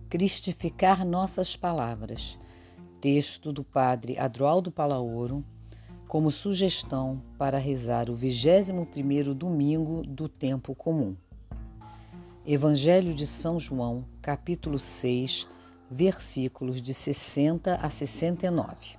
Cristificar nossas palavras. Texto do Padre Adroaldo Palaoro, como sugestão para rezar o 21º domingo do tempo comum. Evangelho de São João, capítulo 6, versículos de 60 a 69.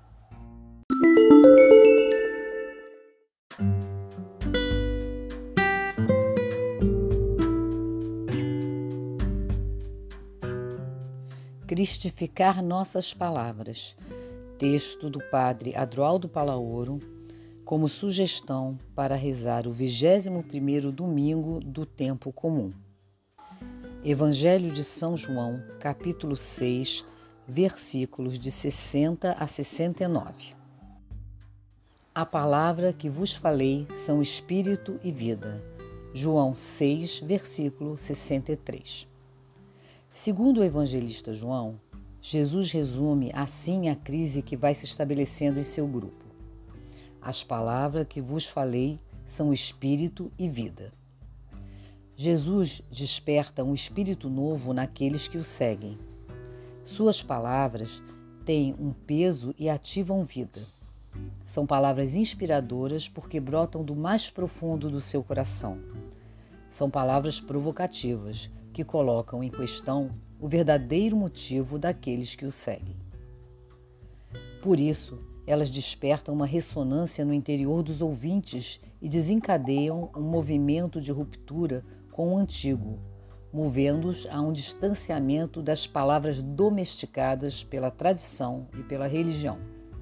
Cristificar nossas palavras. Texto do Padre Adroaldo Palaoro, como sugestão para rezar o 21º domingo do tempo comum. Evangelho de São João, capítulo 6, versículos de 60 a 69. A palavra que vos falei são espírito e vida. João 6, versículo 63. Segundo o evangelista João, Jesus resume assim a crise que vai se estabelecendo em seu grupo. As palavras que vos falei são espírito e vida. Jesus desperta um espírito novo naqueles que o seguem. Suas palavras têm um peso e ativam vida. São palavras inspiradoras porque brotam do mais profundo do seu coração. São palavras provocativas que colocam em questão o verdadeiro motivo daqueles que o seguem. Por isso, elas despertam uma ressonância no interior dos ouvintes e desencadeiam um movimento de ruptura com o antigo, movendo-os a um distanciamento das palavras domesticadas pela tradição e pela religião.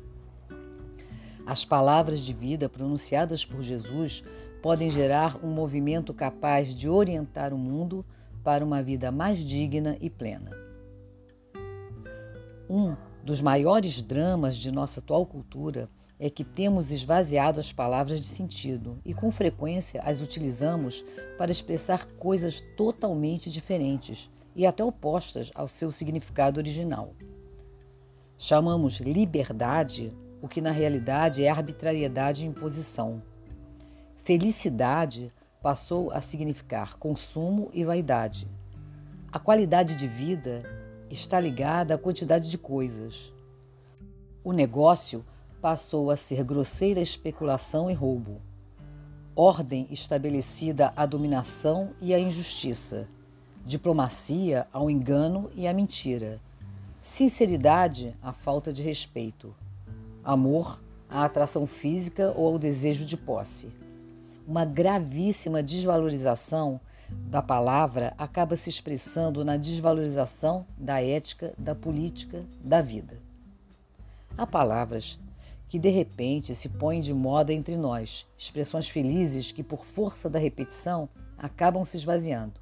As palavras de vida pronunciadas por Jesus podem gerar um movimento capaz de orientar o mundo para uma vida mais digna e plena. Um dos maiores dramas de nossa atual cultura é que temos esvaziado as palavras de sentido e, com frequência, as utilizamos para expressar coisas totalmente diferentes e até opostas ao seu significado original. Chamamos liberdade o que na realidade é arbitrariedade e imposição. Felicidade passou a significar consumo e vaidade. A qualidade de vida está ligada à quantidade de coisas. O negócio passou a ser grosseira especulação e roubo. Ordem estabelecida à dominação e à injustiça. Diplomacia ao engano e à mentira. Sinceridade à falta de respeito. Amor à atração física ou ao desejo de posse. Uma gravíssima desvalorização da palavra acaba se expressando na desvalorização da ética, da política, da vida. Há palavras que de repente se põem de moda entre nós, expressões felizes que por força da repetição acabam se esvaziando.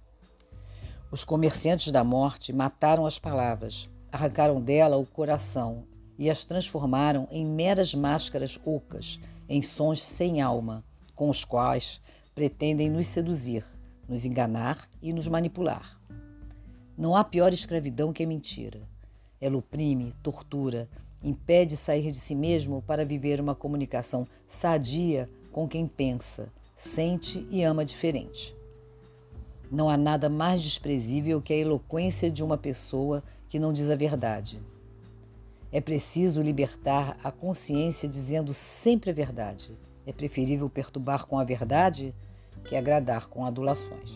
Os comerciantes da morte mataram as palavras, arrancaram dela o coração e as transformaram em meras máscaras ocas, em sons sem alma, com os quais pretendem nos seduzir, nos enganar e nos manipular. Não há pior escravidão que a mentira. Ela oprime, tortura, impede sair de si mesmo para viver uma comunicação sadia com quem pensa, sente e ama diferente. Não há nada mais desprezível que a eloquência de uma pessoa que não diz a verdade. É preciso libertar a consciência dizendo sempre a verdade. É preferível perturbar com a verdade que agradar com adulações.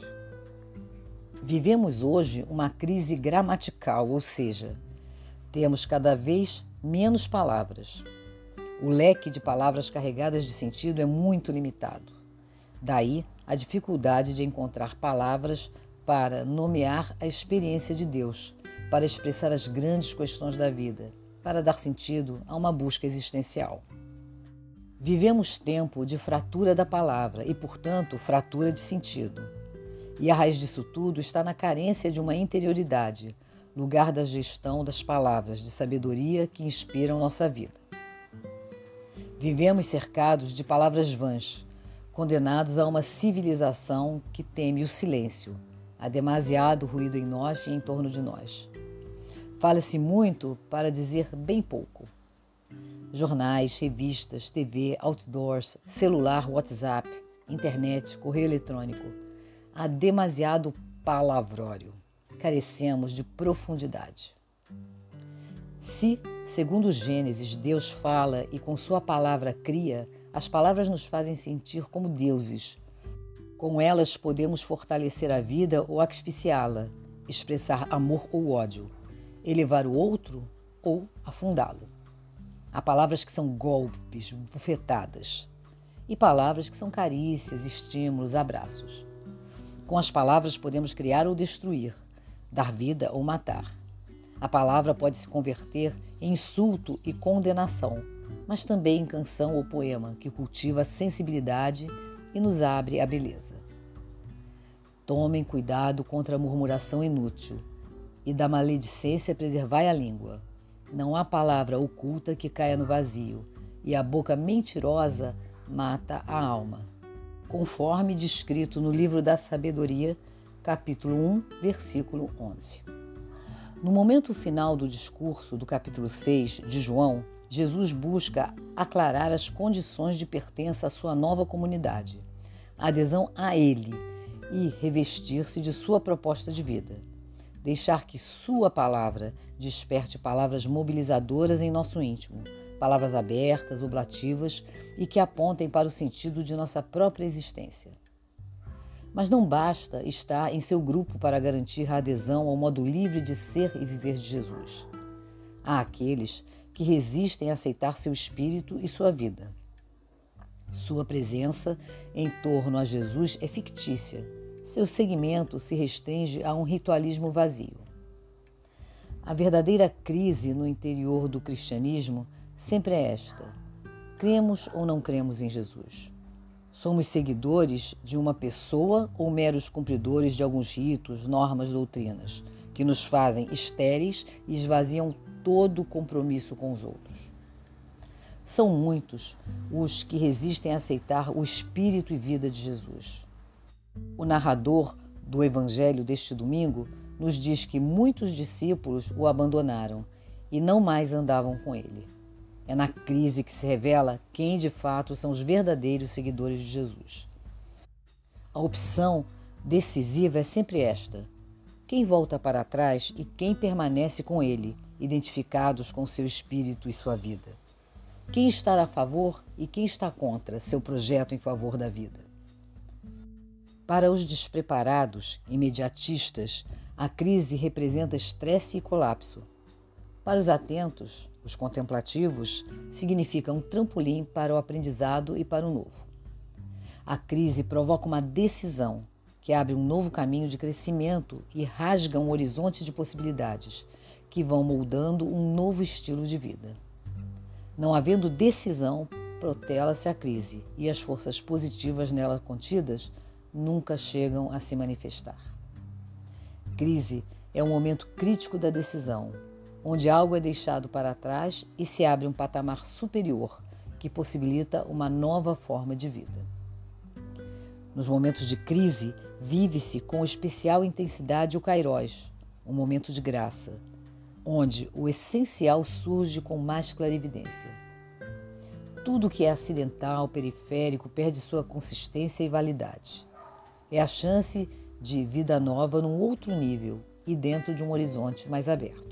Vivemos hoje uma crise gramatical, ou seja, temos cada vez menos palavras. O leque de palavras carregadas de sentido é muito limitado. Daí a dificuldade de encontrar palavras para nomear a experiência de Deus, para expressar as grandes questões da vida, para dar sentido a uma busca existencial. Vivemos tempo de fratura da palavra e, portanto, fratura de sentido. E a raiz disso tudo está na carência de uma interioridade, lugar da gestão das palavras de sabedoria que inspiram nossa vida. Vivemos cercados de palavras vãs, condenados a uma civilização que teme o silêncio, há demasiado ruído em nós e em torno de nós. Fala-se muito para dizer bem pouco. Jornais, revistas, TV, outdoors, celular, WhatsApp, internet, correio eletrônico. Há demasiado palavrório. carecemos de profundidade. Se, segundo Gênesis, Deus fala e com sua palavra cria, as palavras nos fazem sentir como deuses. Com elas podemos fortalecer a vida ou asfixiá-la, expressar amor ou ódio, elevar o outro ou afundá-lo. Há palavras que são golpes, bufetadas, e palavras que são carícias, estímulos, abraços. Com as palavras podemos criar ou destruir, dar vida ou matar. A palavra pode se converter em insulto e condenação, mas também em canção ou poema que cultiva a sensibilidade e nos abre a beleza. Tomem cuidado contra a murmuração inútil, e da maledicência preservai a língua. Não há palavra oculta que caia no vazio, e a boca mentirosa mata a alma. Conforme descrito no livro da Sabedoria, capítulo 1, versículo 11. No momento final do discurso do capítulo 6 de João, Jesus busca aclarar as condições de pertença à sua nova comunidade, a adesão a Ele e revestir-se de sua proposta de vida. Deixar que sua palavra desperte palavras mobilizadoras em nosso íntimo, palavras abertas, oblativas e que apontem para o sentido de nossa própria existência. Mas não basta estar em seu grupo para garantir a adesão ao modo livre de ser e viver de Jesus. Há aqueles que resistem a aceitar seu espírito e sua vida. Sua presença em torno a Jesus é fictícia. Seu segmento se restringe a um ritualismo vazio. A verdadeira crise no interior do cristianismo sempre é esta: cremos ou não cremos em Jesus? Somos seguidores de uma pessoa ou meros cumpridores de alguns ritos, normas, doutrinas, que nos fazem estéreis e esvaziam todo o compromisso com os outros? São muitos os que resistem a aceitar o espírito e vida de Jesus. O narrador do evangelho deste domingo nos diz que muitos discípulos o abandonaram e não mais andavam com ele. É na crise que se revela quem de fato são os verdadeiros seguidores de Jesus. A opção decisiva é sempre esta: quem volta para trás e quem permanece com ele, identificados com seu espírito e sua vida. Quem está a favor e quem está contra seu projeto em favor da vida. Para os despreparados, imediatistas, a crise representa estresse e colapso. Para os atentos, os contemplativos, significa um trampolim para o aprendizado e para o novo. A crise provoca uma decisão que abre um novo caminho de crescimento e rasga um horizonte de possibilidades que vão moldando um novo estilo de vida. Não havendo decisão, protela-se a crise e as forças positivas nela contidas nunca chegam a se manifestar. Crise é um momento crítico da decisão, onde algo é deixado para trás e se abre um patamar superior que possibilita uma nova forma de vida. Nos momentos de crise, vive-se com especial intensidade o Kairos, um momento de graça, onde o essencial surge com mais clarividência. Tudo que é acidental, periférico, perde sua consistência e validade. É a chance de vida nova num outro nível e dentro de um horizonte mais aberto.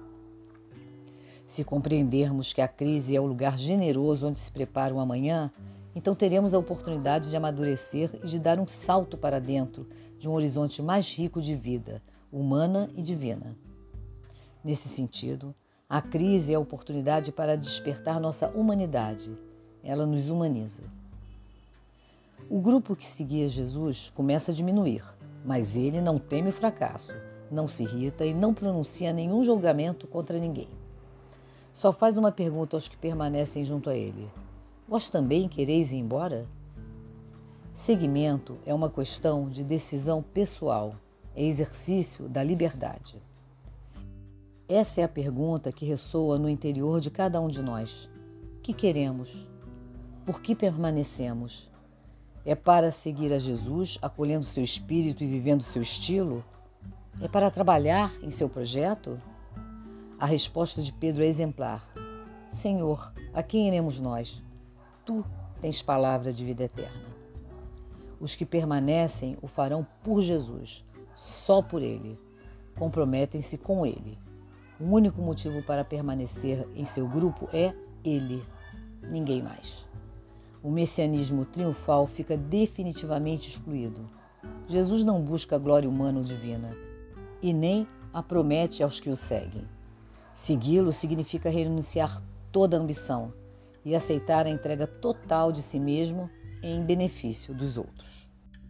Se compreendermos que a crise é o lugar generoso onde se prepara o amanhã, então teremos a oportunidade de amadurecer e de dar um salto para dentro de um horizonte mais rico de vida, humana e divina. Nesse sentido, a crise é a oportunidade para despertar nossa humanidade. Ela nos humaniza. O grupo que seguia Jesus começa a diminuir, mas ele não teme o fracasso, não se irrita e não pronuncia nenhum julgamento contra ninguém. Só faz uma pergunta aos que permanecem junto a ele: vós também quereis ir embora? Seguimento é uma questão de decisão pessoal, é exercício da liberdade. Essa é a pergunta que ressoa no interior de cada um de nós. Que queremos? Por que permanecemos? É para seguir a Jesus, acolhendo seu espírito e vivendo seu estilo? É para trabalhar em seu projeto? A resposta de Pedro é exemplar. Senhor, a quem iremos nós? Tu tens palavra de vida eterna. Os que permanecem o farão por Jesus, só por Ele. comprometem-se com ele. O único motivo para permanecer em seu grupo é ele, ninguém mais. O messianismo triunfal fica definitivamente excluído. Jesus não busca a glória humana ou divina e nem a promete aos que o seguem. Segui-lo significa renunciar toda a ambição e aceitar a entrega total de si mesmo em benefício dos outros.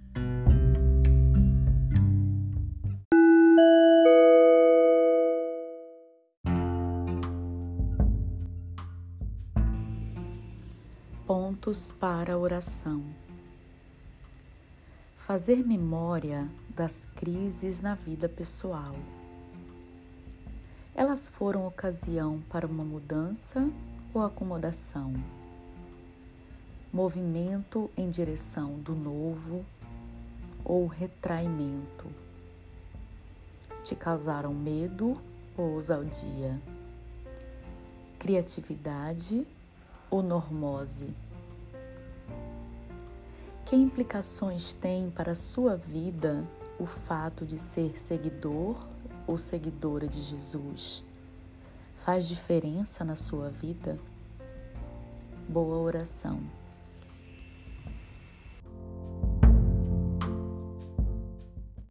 Pontos para a oração. Fazer memória das crises na vida pessoal. Elas foram ocasião para uma mudança ou acomodação? Movimento em direção do novo ou retraimento? Te causaram medo ou ousadia? Criatividade ou normose? Que implicações tem para a sua vida o fato de ser seguidor ou seguidora de Jesus? Faz diferença na sua vida? Boa oração.